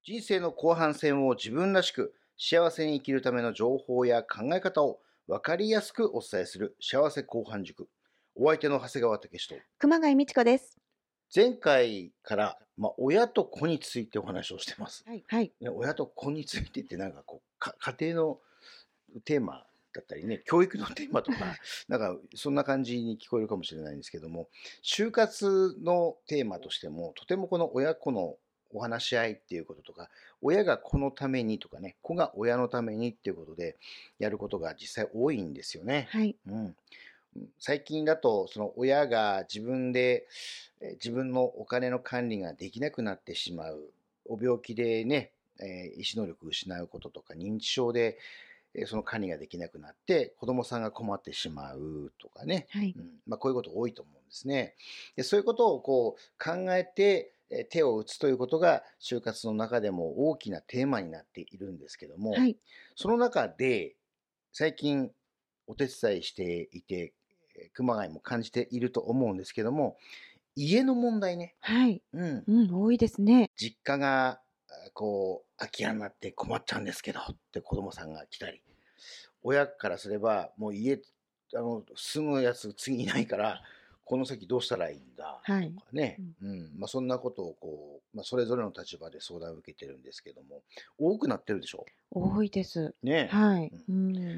人生の後半戦を自分らしく幸せに生きるための情報や考え方を分かりやすくお伝えする幸せ後半塾。お相手の長谷川武史と、 熊谷美智子です。 前回から、親と子についてお話をしてます。 はい。 ね、親と子についてってなんかこう家庭のテーマだったりね、教育のテーマとかなんかそんな感じに聞こえるかもしれないんですけども、就活のテーマとしてもとてもこの親子のお話し合いっていうこととか、親が子のためにとかね、子が親のためにっていうことでやることが実際多いんですよね。 はい。 うん、最近だとその親が自分で自分のお金の管理ができなくなってしまう、お病気でね、意思能力を失うこととか認知症でその管理ができなくなって子供さんが困ってしまうとかね、 はい。 こういうこと多いと思うんですね。でそういうことをこう考えて手を打つということが就活の中でも大きなテーマになっているんですけども、 はい。 その中で最近お手伝いしていて熊谷も感じていると思うんですけども、家の問題ね。 はい。 うん、 多いですね。 実家がこう空き家になって困っちゃうんですけどって子供さんが来たり、親からすればもう家住むやつ次いないからこの先どうしたらいいんだとはい。 かね、 うん。 そんなことをこう、それぞれの立場で相談を受けてるんですけども、多くなってるでしょ多いです。 ね。 はい。 うん、 うん。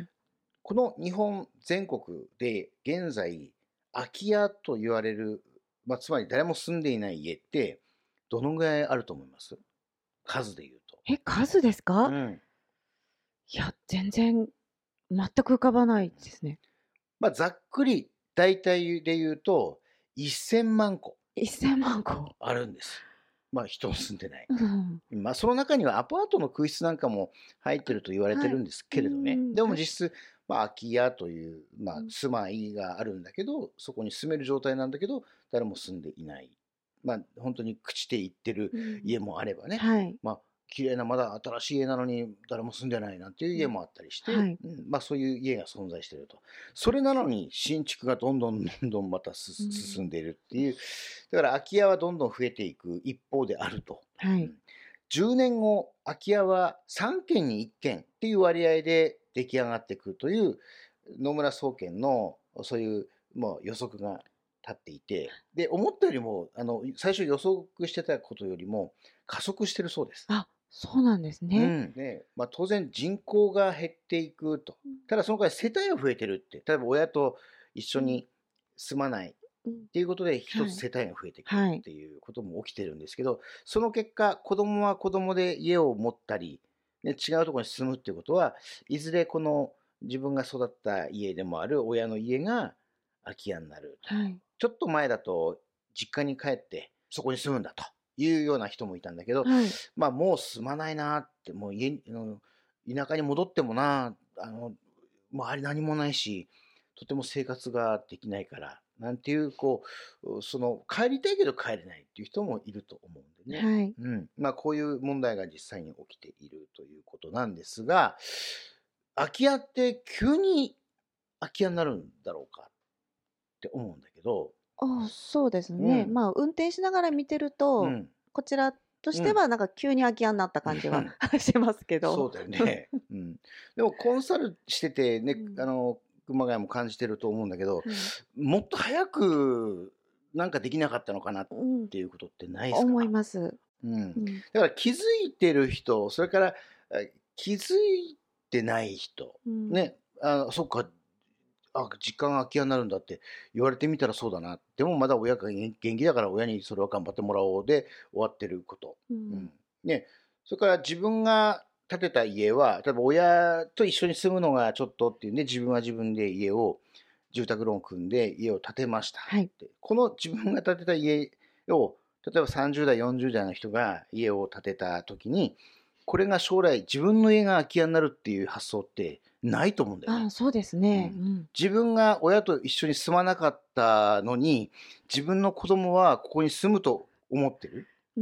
この日本全国で現在空き家と言われる、つまり誰も住んでいない家ってどのぐらいあると思います？数で言うと。 数ですか？ うん。 いや、全然、全く浮かばないですね。 ざっくり大体で言うと1000万戸 1000万個。 あるんです。人住んでない。 うん。 その中にはアパートの空室なんかも入ってると言われてはい。 るんですけれどね。でもはい。 実質、空き家という、 うん。 住まいがあるんだけど、そこに住める状態なんだけど、誰も住んでいない。本当に朽ちていってるうん。 家もあればね、 はい。 綺麗なまだ新しい家なのに誰も住んでないなんていううん。 家もあったりして、 はい。 そういう家が存在していると。それなのに新築がどんどんどんどんまたうん。 進んでいるっていう、だから空き家はどんどん増えていく一方であると。 はい。 うん10年後、空き家は3軒に1軒っていう割合で出来上がってくるという野村総研のそういう予測が立っていて、で、思ったよりも、最初予測してたことよりも加速してるそうです。 あ、そうなんですね。 で、当然人口が減っていくと。 うん。 ただその代わり世帯は増えてるって。例えば親と一緒うん。 に住まないうん。 っていうことで一はい。 つ世帯が増えてくるはい。 っていうことも起きてるんですけど、その結果、子供は子供で家を持ったり、ね、違うところに住むっていうことは、いずれこの自分が育った家でもある親の家が空き家になると。 はい。 ちょっと前だと実家に帰ってそこに住むんだというような人もいたんだけど、 はい。 もう住まないなって、もう田舎に戻ってもな、周り何もないし、とても生活ができないから、なんていう、帰りたいけど帰れないっていう人もいると思うんでね。 はい。 こういう問題が実際に起きているということなんですが、空き家って急に空き家になるんだろうかって思うんだけど、 そうですね。 うん、 運転しながら見てると、 うん、 こちらとしうん、 てはなんか急に空き家になった感じはうん、 しますけど。 そうだよね。でもコンサルしててね、 うん。 熊谷も感じてると思うんだけど、 はい。 もっと早くなんかできなかったのかなっうん、 ていうことってないです思いか？ ます。 だうん。 から気づいてる人、それから、気づいてない人、 うん。 ね、そっか、実家が空き家になるんだって言われてみたらそうだな。でもまだ親が元気だから親にそれは頑張ってもらおうで終わってること。 うん。 ね、それから自分が建てた家は、例えば親と一緒に住むのがちょっとっていうんで、自分は自分で住宅ローン組んで家を建てましたはい。 って。この自分が建てた家を、例えば30代、40代の人が家を建てた時に、これが将来自分の家が空き家になるっていう発想ってないと思うんだよね。 そうですね。 うん、 うん。 自分が親と一緒に住まなかったのに、自分の子供はここに住むと思ってる。 うん。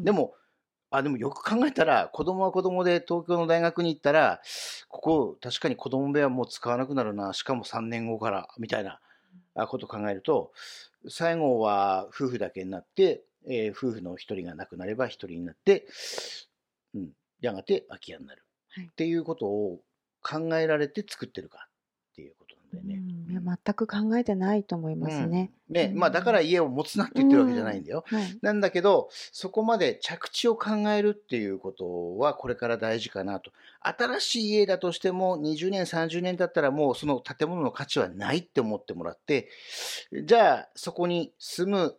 でもよく考えたら、子供は子供で東京の大学に行ったら、ここ確かに子供部屋もう使わなくなるな、しかも3年後から、みたいなことを考えると、最後は夫婦だけになって、夫婦の一人が亡くなれば一人になって、 やがて空き家になるはいっていうことを考えられて作ってるかっていうことなんだよね。 いや全く考えてないと思いますね。 だから家を持つなって言ってるわけじゃないんだよ。 はいなんだけどそこまで着地を考えるっていうことはこれから大事かなと。新しい家だとしても20年30年経ったらもうその建物の価値はないって思ってもらって、じゃあそこに住む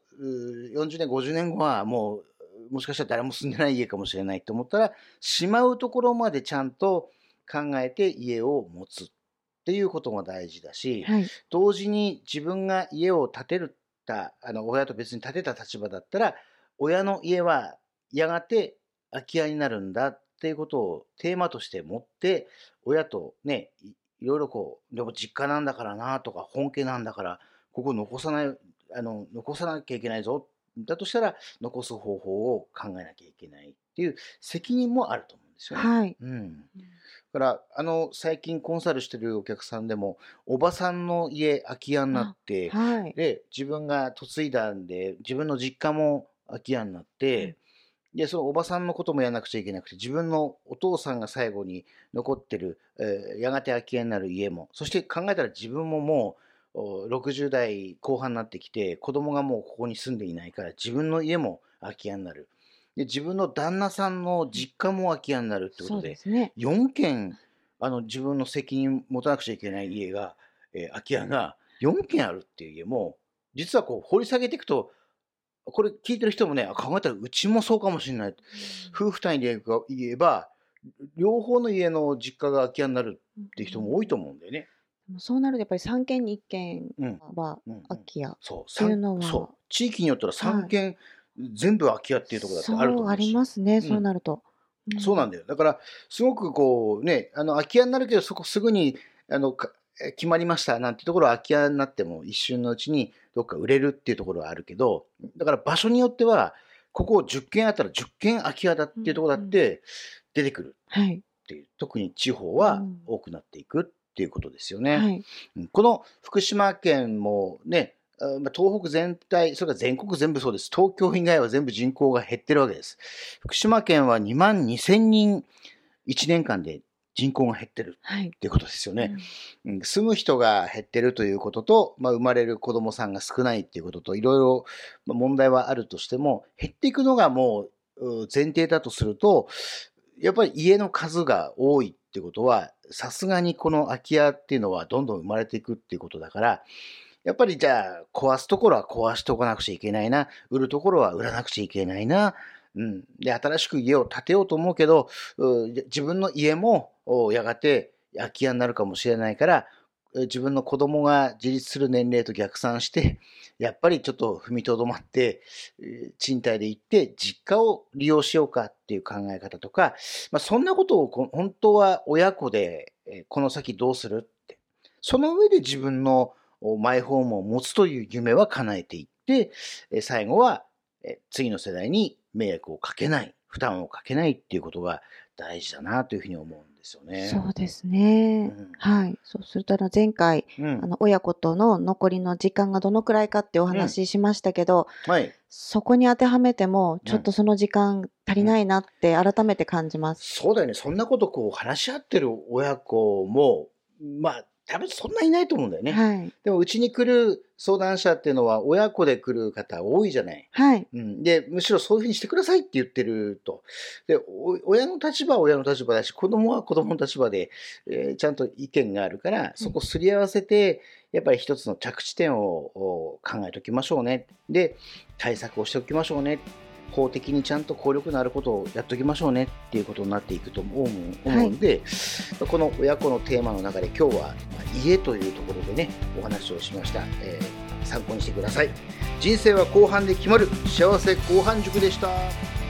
40年50年後はもしかしたら誰も住んでない家かもしれないと思ったら、しまうところまでちゃんと考えて家を持つっていうことが大事だし、 はい同時に自分が家を建てた親と別に建てた立場だったら、親の家はやがて空き家になるんだっていうことをテーマとして持って、親とね、いろいろでも実家なんだからなとか本家なんだからここ残さなきゃいけないぞ、だとしたら残す方法を考えなきゃいけないっていう責任もあると思うんですよね。 はいだから最近コンサルしてるお客さんでもおばさんの家空き家になってはいで自分が嫁いだんで自分の実家も空き家になってでそのおばさんのこともやらなくちゃいけなくて自分のお父さんが最後に残ってる、やがて空き家になる家も、そして考えたら自分ももう60代後半になってきて子供がもうここに住んでいないから自分の家も空き家になる。で自分の旦那さんの実家も空き家になるってこそとでうですね。 4軒自分の責任持たなくちゃいけない家が、空き家が4軒あるっていう家も実は掘り下げていくとこれ聞いてる人もね考えたらうちもそうかもしれない。夫婦単位で言えば両方の家の実家が空き家になるっていう人も多いと思うんだよね。 そうなるとやっぱり3軒に1軒は空き家っていうのは、 そう地域によったら3軒全部空き家っていうところだってあると思うし、 そうありますね、そうなると。 そうなんだよ。だからすごく空き家になるけどそこすぐに決まりましたなんてところは空き家になっても一瞬のうちにどっか売れるっていうところはあるけど、だから場所によってはここ10軒あったら10軒空き家だっていうところだって出てくるっていう、特に地方は多くなっていくっていうことですよね。この福島県もね、東北全体、それから全国全部そうです。東京以外は全部人口が減ってるわけです。福島県は2万2000人1年間で人口が減ってるっていうことですよね。住む人が減ってるということと、生まれる子どもさんが少ないっていうことといろいろ問題はあるとしても、減っていくのがもう前提だとすると、やっぱり家の数が多いってことはさすがにこの空き家っていうのはどんどん生まれていくっていうことだから、やっぱりじゃあ壊すところは壊しておかなくちゃいけないな、売るところは売らなくちゃいけないな、で新しく家を建てようと思うけど自分の家もやがて空き家になるかもしれないから、自分の子供が自立する年齢と逆算してやっぱりちょっと踏みとどまって賃貸で行って実家を利用しようかっていう考え方とか、そんなことを本当は親子でこの先どうするって、その上で自分のマイホームを持つという夢は叶えていって最後は次の世代に迷惑をかけない、負担をかけないっていうことが大事だなというふうに思うんですよね。 そうですね。はい。そうすると前回、親子との残りの時間がどのくらいかってお話ししましたけど、そこに当てはめてもちょっとその時間足りないなって改めて感じます。 そうだよね。そんなこと話し合ってる親子も多分そんないないと思うんだよね。でもうちに来る相談者っていうのは親子で来る方多いじゃない。でむしろそういうふうにしてくださいって言ってると。で親の立場は親の立場だし子供は子供の立場で、ちゃんと意見があるからそこすり合わせてやっぱり一つの着地点を考えておきましょうね。で対策をしておきましょうね。法的にちゃんと効力のあることをやっておきましょうねっていうことになっていくと思うんで、この親子のテーマの中で今日は家というところでねお話をしました。参考にしてください。人生は後半で決まる幸せ後半塾でした。